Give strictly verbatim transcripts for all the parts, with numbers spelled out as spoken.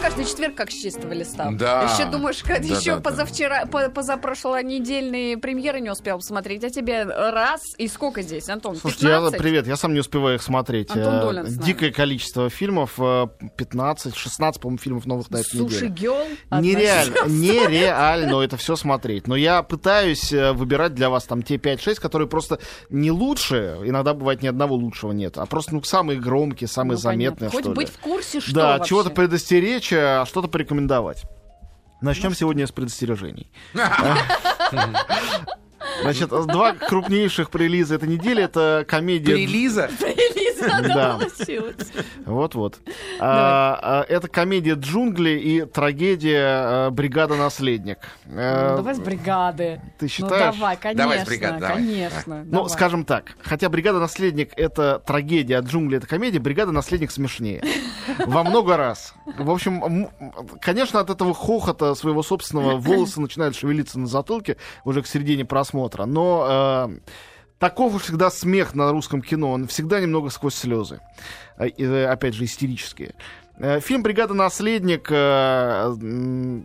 каждый четверг как с чистого листа. Да. Еще думаешь, как Да, еще да, позавчера, по- позапрошлонедельные премьеры не успел посмотреть, а тебе раз и сколько здесь, Антон? Слушайте, я, пятнадцать? привет, я сам не успеваю их смотреть. Антон Э, Долин с нами. Дикое количество фильмов, э, пятнадцать, шестнадцать, по-моему, фильмов новых на этой Суши неделе. Гёл. Нереально, нереально это все смотреть. Но я пытаюсь э, выбирать для вас там те пять-шесть, которые просто не лучшие, иногда бывает ни одного лучшего нет, а просто ну, самые громкие, самые заметные, Хоть что ли. быть в курсе, что Да, вообще. чего-то предостеречь, а что-то порекомендовать. Начнем сегодня с предостережений. Значит, два крупнейших релиза этой недели — это комедия... Релиза? Да. Получилось. Вот-вот. А, а, это комедия «Джунгли» и трагедия а, «Бригада наследник». Ну, давай с бригады. Ты Ну считаешь? давай, конечно, Давай с бригады, давай. конечно. Ну, давай. скажем так, хотя «Бригада наследник» — это трагедия, а «Джунгли» — это комедия, «Бригада наследник» смешнее. Во много раз. В общем, м- конечно, от этого хохота своего собственного волосы начинают шевелиться на затылке уже к середине просмотра, но... э, Таков уж всегда смех на русском кино, он всегда немного сквозь слезы, э, и, опять же, истерические. Э, Фильм «Бригада наследник», э, м,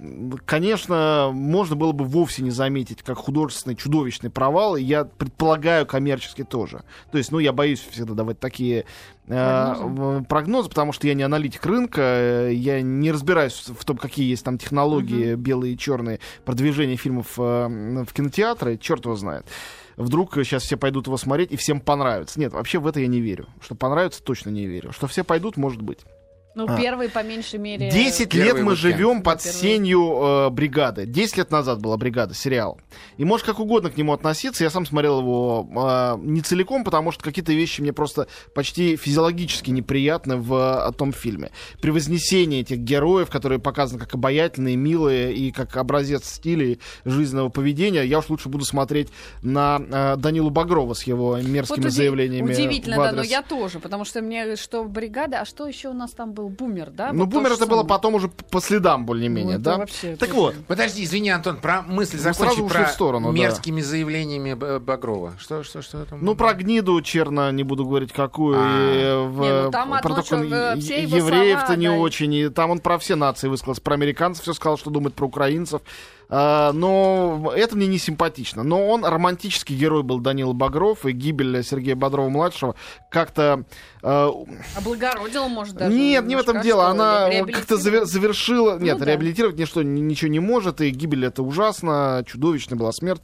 конечно, можно было бы вовсе не заметить как художественный чудовищный провал, и я предполагаю, коммерчески тоже. То есть, ну, я боюсь всегда давать такие э, Прогнозы? прогнозы, потому что я не аналитик рынка, э, я не разбираюсь в том, какие есть там технологии, Мгм. белые и черные, продвижения фильмов э, в кинотеатры, черт его знает. Вдруг сейчас все пойдут его смотреть и всем понравится. Нет, вообще в это я не верю. Что понравится, точно не верю. Что все пойдут, может быть. Ну, А. первый, по меньшей мере... Десять Первый лет мы уикенд. живем под Первый. сенью э, «Бригады». Десять лет назад была «Бригада», сериал. И можешь как угодно к нему относиться. Я сам смотрел его э, не целиком, потому что какие-то вещи мне просто почти физиологически неприятны в э, том фильме. Превознесение этих героев, которые показаны как обаятельные, милые и как образец стиля и жизненного поведения, я уж лучше буду смотреть на э, Данилу Багрова с его мерзкими Вот уди- заявлениями Удивительно, в да, адрес... но я тоже, потому что мне, что «Бригада», а что еще у нас там был? «Бумер», да? Ну, Вот то «Бумер» же это было самое. потом уже по следам более-менее, Ну, это да? вообще Так тоже. вот, Подожди, извини, Антон, про мысль Мы закончи сразу ушли про в сторону, да. мерзкими заявлениями Б- Багрова. Что, что, что там? ну, про гниду черно, не буду говорить какую, А. и в, Не, ну, там про одно, то, как он что, э, е- все его евреев-то слова, не да, и- очень, и там он про все нации высказался, про американцев все сказал, что думает про украинцев. А, но это мне не симпатично. Но он романтический герой был, Данила Багров, и гибель Сергея Бодрова-младшего как-то... э, Облагородила, может, даже. Нет, не в этом немножко, дело. что Она ли, как-то завер- реабилитировала? завершила... Нет, да. реабилитировать ничто, ни- ничего не может, и гибель это ужасно, чудовищная была смерть.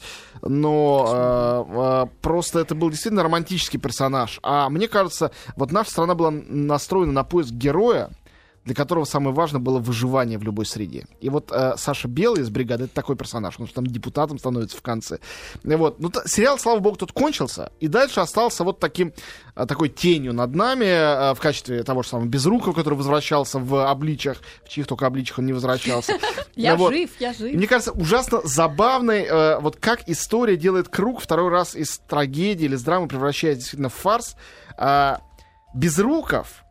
Но э, э, просто это был действительно романтический персонаж. А мне кажется, вот наша страна была настроена на поиск героя, для которого самое важное было выживание в любой среде. И вот э, Саша Белый из «Бригады» — это такой персонаж, он там депутатом становится в конце. И вот. Ну, т- сериал, слава богу, тут кончился, и дальше остался вот таким, э, такой тенью над нами э, в качестве того же самого Безрукова, который возвращался в обличьях, в чьих только обличьях он не возвращался. Я Вот. жив, я И жив. мне кажется, ужасно забавной, э, вот как история делает круг второй раз из трагедии или из драмы превращается действительно в фарс. А, Безруков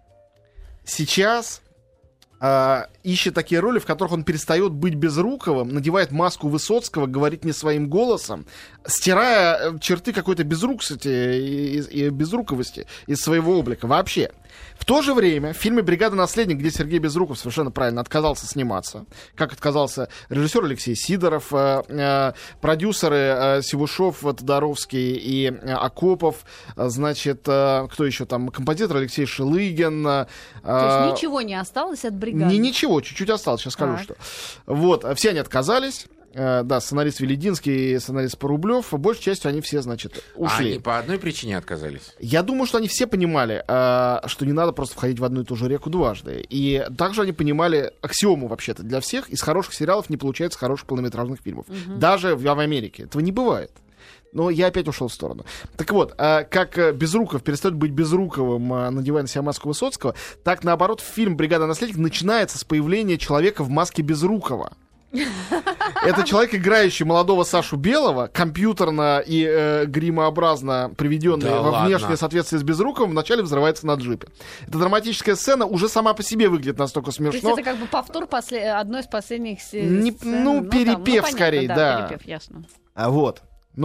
сейчас а, ищет такие роли, в которых он перестает быть Безруковым, надевает маску Высоцкого, говорит не своим голосом, стирая э, черты какой-то безрукости и, и- и безруковости из своего облика вообще. В то же время в фильме «Бригада наследник», где Сергей Безруков совершенно правильно отказался сниматься, как отказался режиссер Алексей Сидоров, э, э, продюсеры э, Сивушов, Тодоровский и э, Акопов, э, значит, э, кто еще там, композитор Алексей Шелыгин. э, То есть ничего не осталось от «Бригады». не, ничего, чуть-чуть осталось, сейчас скажу, Так. что. Вот, а все они отказались. Э, да, сценарист Велединский и сценарист Порублев. Большей частью они все, значит, А ушли. они по одной причине отказались. Я думаю, что они все понимали, э, что не надо просто входить в одну и ту же реку дважды. И также они понимали аксиому, вообще-то, для всех. Из хороших сериалов не получается хороших полнометражных фильмов. Даже в, в Америке. Этого не бывает. Но я опять ушел в сторону. Так вот, э, как э, Безруков перестает быть Безруковым, э, надевая на себя маску Высоцкого, так, наоборот, фильм «Бригада наследник» начинается с появления человека в маске Безрукова. Это человек, играющий молодого Сашу Белого, компьютерно и э, гримообразно приведенный Да во ладно. внешнее соответствие с Безруковым, вначале взрывается на джипе. Эта драматическая сцена уже сама по себе выглядит настолько То есть смешно. это как бы повтор после... одной из последних се- Не- сцен. ну, там, перепев понятно, скорее, да. Перепев, ясно. А вот. Ну,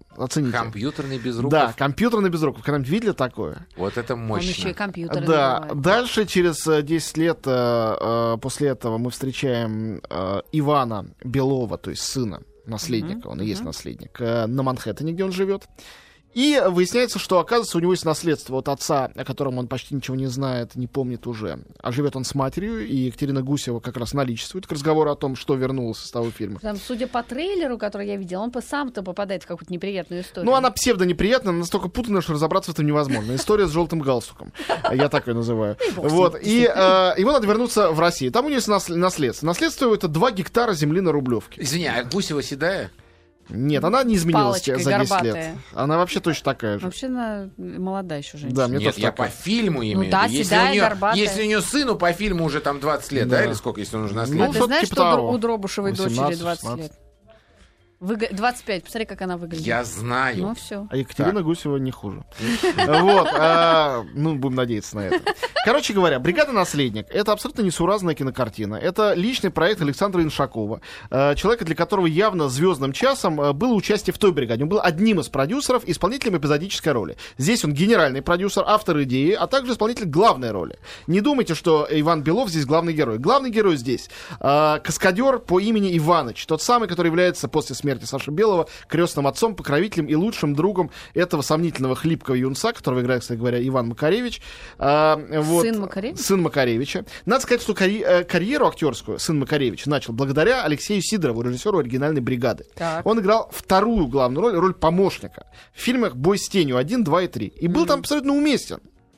Оцените. Компьютерный Безруков. Да, компьютерный Безруков. Когда-нибудь видели такое? Вот это мощно. Он еще и компьютер Да. называет. Дальше, через э, десять лет э, э, после этого мы встречаем э, Ивана Белова, то есть сына, наследника, Мгм, он и есть мгм. наследник, э, на Манхэттене, где он живет. И выясняется, что, оказывается, у него есть наследство от отца, о котором он почти ничего не знает, не помнит уже. А живет он с матерью, и Екатерина Гусева как раз наличествует к разговору о том, что вернулось из того фильма. Там, судя по трейлеру, который я видела, он по- сам-то попадает в какую-то неприятную историю. Ну, она псевдо-неприятная, настолько путанная, что разобраться в этом невозможно. История с желтым галстуком. Я так ее называю. Вот. И э, ему надо вернуться в Россию. Там у нее есть нас- наследство. Наследство его — это два гектара земли на Рублевке. Извини, а Гусева седая? Нет, она не изменилась Палочкой за десять лет. горбатая. Она вообще точно такая же. Вообще она молодая еще женщина. Да, мне Нет, тоже я такая. по фильму имею. Ну да, в виду. Если седая, у нее, горбатая. если у нее сыну по фильму уже там двадцать лет, да, Да. или сколько, если он уже А Ну, наследник? ты что-то знаешь, типа что того. у Дробышевой дочери восемнадцать, двадцать шестнадцать. лет? Выга- двадцать пять, посмотри, как она выглядит. Я знаю. Ну все. А Екатерина Гусева не хуже. Вот. а, Ну, будем надеяться на это. Короче говоря, «Бригада наследник» — это абсолютно несуразная кинокартина. Это личный проект Александра Иншакова, э, человека, для которого явно звездным часом э, было участие в той бригаде. Он был одним из продюсеров, исполнителем эпизодической роли. Здесь он генеральный продюсер, автор идеи, а также исполнитель главной роли. Не думайте, что Иван Белов здесь главный герой. Главный герой здесь э, каскадер по имени Иваныч, тот самый, который является после смерти Саши Белого крестным отцом, покровителем и лучшим другом этого сомнительного хлипкого юнца, которого играет, кстати говоря, Иван Макаревич. Э, вот, Сын Макаревича? Сын Макаревича. Надо сказать, что карь- э, карьеру актерскую сын Макаревич начал благодаря Алексею Сидорову, режиссеру оригинальной «Бригады». Так. Он играл вторую главную роль, роль помощника в фильмах «Бой с тенью» один, два и три. И был там абсолютно уместен.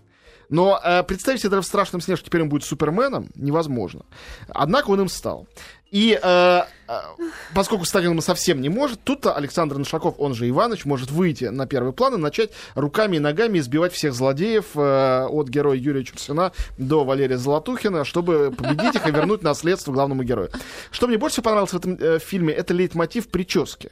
Но э, представить себе даже в «Страшном сне», что теперь он будет Суперменом, невозможно. Однако он им стал. И э, э, поскольку стать он совсем не может, тут-то Александр Иншаков, он же Иваныч, может выйти на первый план и начать руками и ногами избивать всех злодеев э, от героя Юрия Чурсина до Валерия Золотухина, чтобы победить их и вернуть наследство главному герою. Что мне больше понравилось в этом э, фильме, это лейтмотив прически.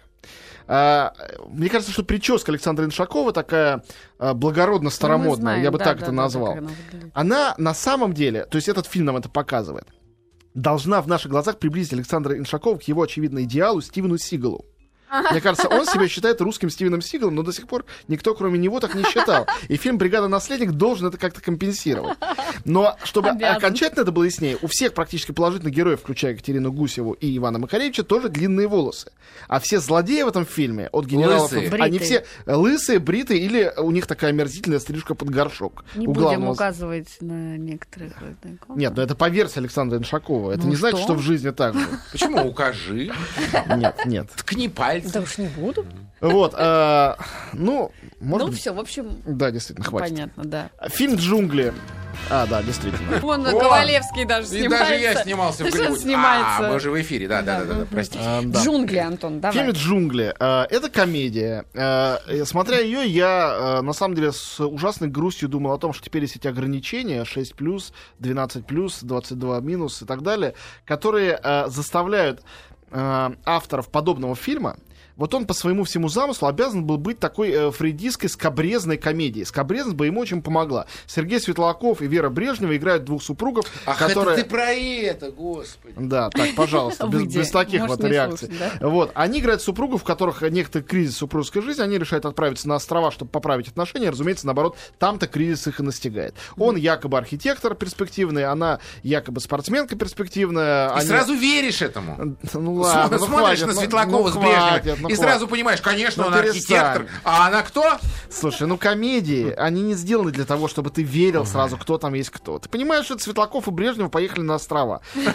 Uh, мне кажется, что прическа Александра Иншакова такая uh, благородно-старомодная, Ну, мы знаем, я бы да, так да, это да, назвал. как она выглядит. Она на самом деле, то есть этот фильм нам это показывает, должна в наших глазах приблизить Александра Иншакова к его, очевидно, идеалу Стивену Сигалу. Мне кажется, он себя считает русским Стивеном Сигалом, но до сих пор никто, кроме него, так не считал. И фильм «Бригада наследник» должен это как-то компенсировать. Но чтобы Обязан. окончательно это было яснее, у всех практически положительных героев, включая Екатерину Гусеву и Ивана Макаревича, тоже длинные волосы. А все злодеи в этом фильме, от генералов, Лысые. они Бритые. все лысые, бритые, или у них такая омерзительная стрижка под горшок. Не у будем главного. указывать на некоторых. знакомых. Нет, ну это по версии Александра Иншакова. Это Ну не значит, что? что в жизни так же. Почему? Укажи, Нет, нет. ткни пальцем. Да уж не буду. Вот, а, ну, может Ну быть... все, в общем, Да, действительно, хватит. понятно, да. Фильм «Джунгли». А, да, действительно. Вон О! Ковалевский даже И снимается. даже я снимался в Что он Голливуде. снимается? А, мы же в эфире, да, да, да, да, простите. А, да. Джунгли, Антон, В давай. фильме «Джунгли». э, Это комедия. Э, и Смотря ее, я э, на самом деле с ужасной грустью думал о том, что теперь есть эти ограничения шесть плюс, двенадцать плюс, двадцать два минус и так далее, которые э, заставляют э, авторов подобного фильма. Вот он по своему всему замыслу обязан был быть такой э, фрейдистской скабрезной комедией. Скабрезность бы ему очень помогла. Сергей Светлаков и Вера Брежнева играют двух супругов, Ах, которые... это ты про это, господи. Да, так, пожалуйста, без, Выйди. без таких Можешь вот не реакций. слушать, да? Вот, они играют супругов, в которых некоторый кризис супружеской жизни, они решают отправиться на острова, чтобы поправить отношения, разумеется, наоборот, там-то кризис их и настигает. Он якобы архитектор перспективный, она якобы спортсменка перспективная. И они- сразу веришь этому. Ну ладно, ну Смотришь хватит, на ну- Светлакова ну с Брежневым хватит, ну и хватит. сразу понимаешь, конечно, Ну он перестань. архитектор. А она кто? Слушай, ну комедии, они не сделаны для того, чтобы ты верил сразу, кто там есть кто. Ты понимаешь, что это Светлаков и Брежнев поехали на острова. Но,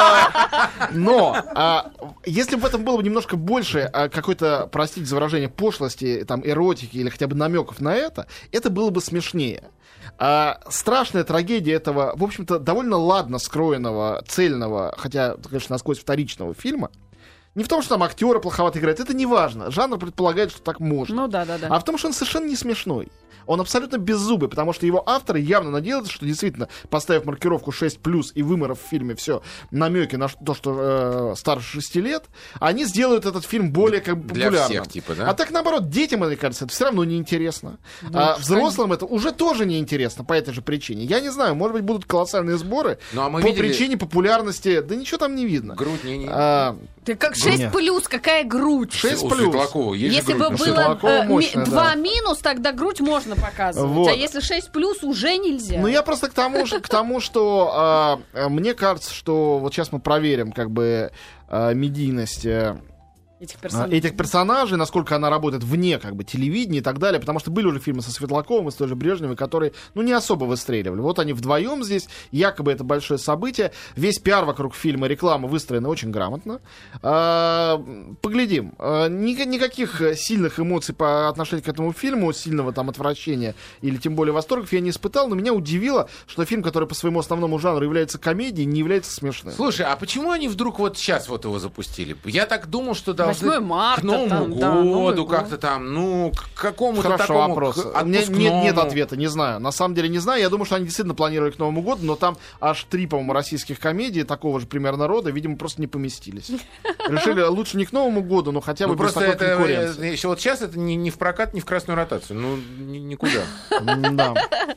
а, но а, если бы в этом было бы немножко больше а, какой-то, простите за выражение, пошлости, там, эротики или хотя бы намеков на это, это было бы смешнее. А, страшная трагедия этого, в общем-то, довольно ладно скроенного, цельного, хотя, конечно, насквозь вторичного фильма, не в том, что там актеры плоховато играют, это не важно. Жанр предполагает, что так можно. Ну да, да, да. А в том, что он совершенно не смешной. Он абсолютно беззубый, потому что его авторы явно надеются, что действительно, поставив маркировку шесть плюс и выморов в фильме все намеки на то, что э, старше шести лет, они сделают этот фильм более как бы Для популярным. всех, типа, да? А так, наоборот, детям, мне кажется, это все равно неинтересно. Да, а взрослым это уже тоже неинтересно по этой же причине. Я не знаю, может быть, будут колоссальные сборы Ну, а мы по видели- причине популярности. Да ничего там не видно. Грудь не... не- А, Ты как Грудь шесть плюс, какая грудь? шесть У плюс. Светлакова есть Если же бы грудь. было Светлакова э, ми- мощная, да. два минус, тогда грудь можно показывать. Вот. А если шесть плюс, уже нельзя. Ну, я просто к тому, же- к тому что э, мне кажется, что вот сейчас мы проверим как бы э, медийность э, Этих а, персонажей. этих персонажей, насколько она работает вне как бы телевидения и так далее, потому что были уже фильмы со Светлаковым и с той же Брежневой, которые, ну, не особо выстреливали. Вот они вдвоем здесь, якобы это большое событие, весь пиар вокруг фильма, реклама выстроена очень грамотно. А, поглядим. А, ни- никаких сильных эмоций по отношению к этому фильму, сильного там отвращения или тем более восторгов я не испытал, но меня удивило, что фильм, который по своему основному жанру является комедией, не является смешным. Слушай, а почему они вдруг вот сейчас вот его запустили? Я так думал, что должны восьмое марта, к Новому там, да, Новый году год. как-то там, ну, к какому-то Хорошо, такому вопрос. к Не- нет, нет отпускному. ответа, не знаю. На самом деле не знаю. Я думаю, что они действительно планировали к Новому году, но там аж три, по-моему, российских комедии такого же примерно рода, видимо, просто не поместились. Решили лучше не к Новому году, но хотя бы Ну, без просто такой это, конкуренции. э, еще вот сейчас это не, не в прокат, не в красную ротацию. Ну, ни- никуда. Да.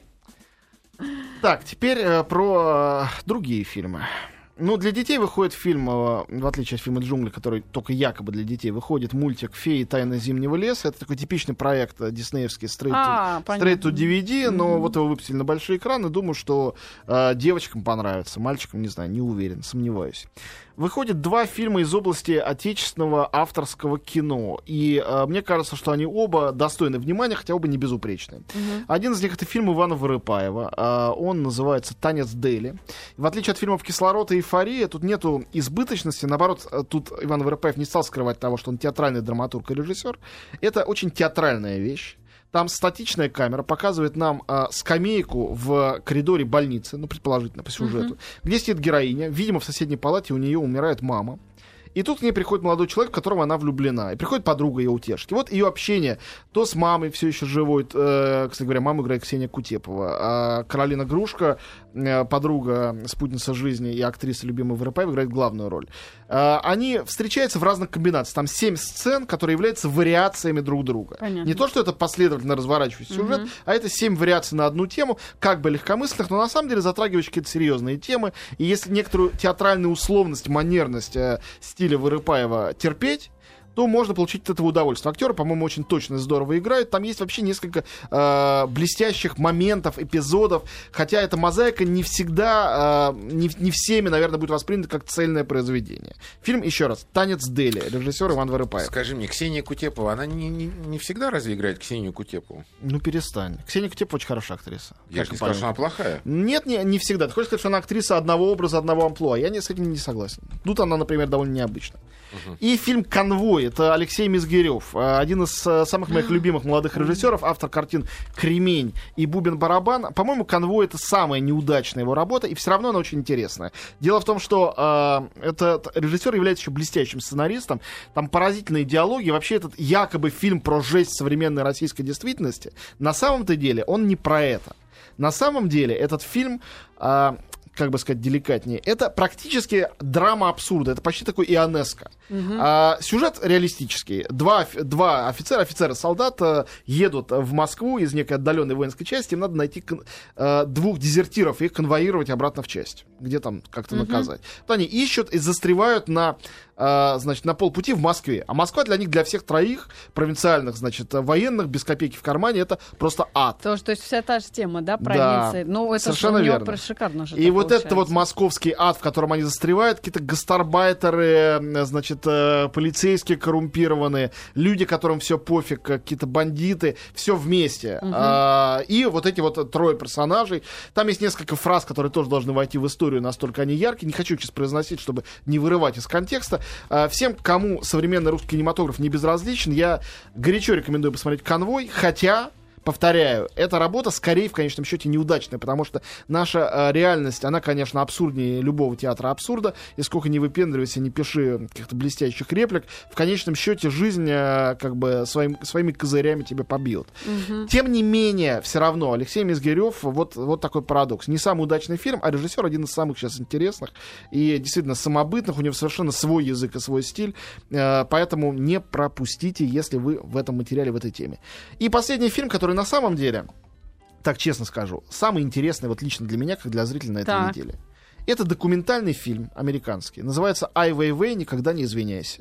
Так, теперь э, про э, другие фильмы. Ну, для детей выходит фильм, э, в отличие от фильма «Джунгли», который только якобы для детей, выходит мультик «Феи. Тайна зимнего леса». Это такой типичный проект э, диснеевский Straight, А, to, понятно. straight to ди ви ди, но вот его выпустили на большие экраны. Думаю, что э, девочкам понравится, мальчикам, не знаю, не уверен, сомневаюсь. Выходят два фильма из области отечественного авторского кино. И э, мне кажется, что они оба достойны внимания, хотя оба не безупречные. Мгм. Один из них — это фильм Ивана Вырыпаева. А, он называется «Танец Дели». В отличие от фильмов «Кислород» и «Эйфория», тут нету избыточности. Наоборот, тут Иван Вырыпаев не стал скрывать того, что он театральный драматург и режиссер. Это очень театральная вещь. Там статичная камера показывает нам а, скамейку в коридоре больницы, ну, предположительно, по сюжету, где сидит героиня. Видимо, в соседней палате у нее умирает мама. И тут к ней приходит молодой человек, в которого она влюблена. И приходит подруга ее утешить. И вот ее общение то с мамой все еще живой. Э, кстати говоря, маму играет Ксения Кутепова. А Каролина Грушка, э, подруга, спутница жизни и актриса любимая Вырыпаева, играет главную роль. Э, они встречаются в разных комбинациях. Там семь сцен, которые являются вариациями друг друга. Понятно. Не то, что это последовательно разворачивающийся сюжет, а это семь вариаций на одну тему, как бы легкомысленных, но на самом деле затрагивающие какие-то серьезные темы. И если некоторую театральную условность, манерность э, стиля Вырыпаева терпеть, то можно получить от этого удовольствие. Актеры, по-моему, очень точно и здорово играют. Там есть вообще несколько э, блестящих моментов, эпизодов, хотя эта мозаика не всегда, э, не, не всеми, наверное, будет воспринята как цельное произведение. Фильм, еще раз, «Танец Дели», режиссер Иван Вырыпаев. Скажи мне, Ксения Кутепова, она не, не, не всегда разве играет Ксению Кутепову? Ну, перестань. Ксения Кутепова очень хорошая актриса. Я Как же не и сказал, что понятно. она плохая. Нет, не, не всегда. Ты хочешь сказать, что она актриса одного образа, одного амплуа? Я не, с этим не согласен. Тут она, например, довольно необычна. Uh-huh. И фильм «Конвой». Это Алексей Мизгирев. Один из uh, самых моих любимых молодых режиссеров, автор картин «Кремень» и «Бубен-барабан». По-моему, «Конвой» — это самая неудачная его работа, и все равно она очень интересная. Дело в том, что uh, этот режиссер является еще блестящим сценаристом. Там поразительные диалоги. Вообще, этот якобы фильм про жесть современной российской действительности, на самом-то деле он не про это. На самом деле этот фильм... Uh, как бы сказать деликатнее, это практически драма абсурда. Это почти такой ионеско. Uh-huh. А, сюжет реалистический. Два, два офицера, офицеры, солдат а, едут в Москву из некой отдаленной воинской части. Им надо найти кон, а, двух дезертиров и их конвоировать обратно в часть, где там как-то uh-huh. наказать. Вот они ищут и застревают на, а, значит, на полпути в Москве. А Москва для них, для всех троих провинциальных, значит, военных, без копейки в кармане, это просто ад. То, то есть вся та же тема, да, провинции. Да, ну, это совершенно же у него верно. шикарно же. И вот получается. это вот московский ад, в котором они застревают, какие-то гастарбайтеры, значит, полицейские коррумпированные, люди, которым все пофиг, какие-то бандиты, все вместе. Uh-huh. А, и вот эти вот трое персонажей. Там есть несколько фраз, которые тоже должны войти в историю, настолько они яркие. Не хочу сейчас произносить, чтобы не вырывать из контекста. А, всем, кому современный русский кинематограф не безразличен, я горячо рекомендую посмотреть «Конвой», хотя... Повторяю, эта работа скорее в конечном счете неудачная, потому что наша э, реальность, она, конечно, абсурднее любого театра абсурда, и сколько не выпендривайся, не пиши каких-то блестящих реплик, в конечном счете жизнь э, как бы своим, своими козырями тебя побьет. Угу. Тем не менее, все равно Алексей Мизгирев, вот, вот такой парадокс. Не самый удачный фильм, а режиссер один из самых сейчас интересных и действительно самобытных, у него совершенно свой язык и свой стиль, э, поэтому не пропустите, если вы в этом материале, в этой теме. И последний фильм, который на самом деле, так честно скажу, самый интересный вот лично для меня, как для зрителя на этой так. неделе. Это документальный фильм американский. Называется «Ай Вейвей. Никогда не извиняйся».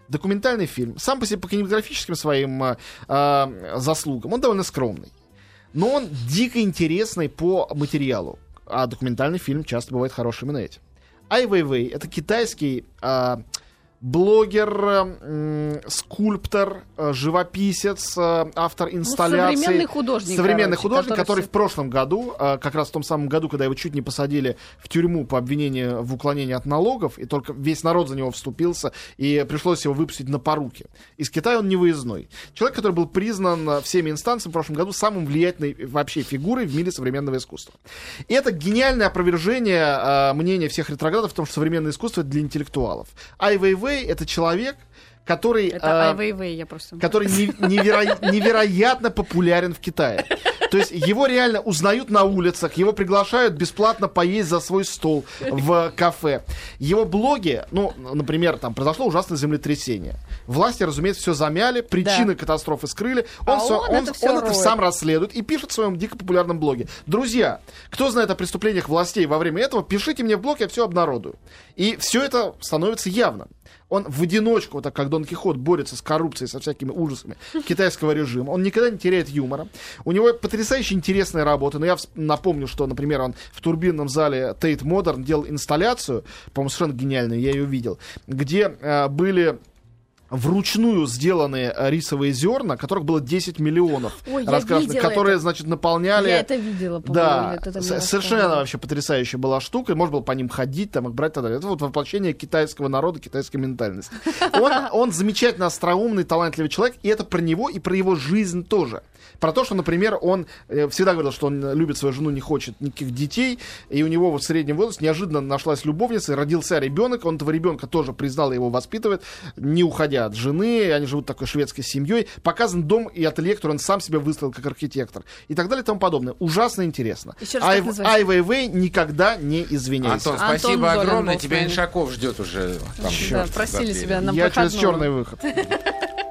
Документальный фильм. Сам по себе по кинематографическим своим э, э, заслугам он довольно скромный. Но он дико интересный по материалу. А документальный фильм часто бывает хороший именно этим. Ай Вейвей — это китайский э, блогер, э, скульптор, э, живописец, э, автор инсталляций. Ну, современный художник. Современный короче, художник, который, который в прошлом году, э, как раз в том самом году, когда его чуть не посадили в тюрьму по обвинению в уклонении от налогов, и только весь народ за него вступился, и пришлось его выпустить на поруки. Из Китая он не выездной. Человек, который был признан всеми инстанциями в прошлом году самым влиятельной вообще фигурой в мире современного искусства. И это гениальное опровержение э, мнения всех ретроградов в том, что современное искусство — это для интеллектуалов. Ай Вейвей — это человек, который, Это э, Ай Вейвей, я просто... который не- неверо- невероятно популярен в Китае. То есть его реально узнают на улицах, его приглашают бесплатно поесть за свой стол в кафе. Его блоги, ну, например, там произошло ужасное землетрясение. Власти, разумеется, все замяли, причины Да. катастрофы скрыли. Он, А всё- он он- это всё он это роет. сам расследует и пишет в своем дико популярном блоге. Друзья, кто знает о преступлениях властей во время этого, пишите мне в блог, я все обнародую. И все это становится явным. Он в одиночку, вот так как Дон Кихот, борется с коррупцией, со всякими ужасами китайского режима. Он никогда не теряет юмора. У него потрясающе интересная работа. Но я вс- напомню, что, например, он в турбинном зале Tate Modern делал инсталляцию, по-моему, совершенно гениальную, я ее видел, где э, были вручную сделанные э, рисовые зерна, которых было десять миллионов Ой, я раскрашенных, видела которые, это. значит, наполняли... Я это видела, по-моему. Да, или ты там с- мне совершенно рассказывала. вообще потрясающая была штука. Можно было по ним ходить, там их брать и так далее. Это вот воплощение китайского народа, китайской ментальности. Он, он замечательно остроумный, талантливый человек, и это про него и про его жизнь тоже. Про то, что, например, он э, всегда говорил, что он любит свою жену, не хочет никаких детей, и у него вот в среднем возрасте неожиданно нашлась любовница, и родился ребенок, он этого ребенка тоже признал и его воспитывает, не уходя от жены, они живут такой шведской семьей. Показан дом и ателье, который он сам себя выставил как архитектор. И так далее и тому подобное. Ужасно интересно. Еще раз, Ай, как называется? Ай Вейвей никогда не извиняйся. Антон, Антон спасибо Золин огромное. был с Тебя нами. Иншаков ждет уже. Там, Да, за просили дверью. себя на Я через выходной. черный выход.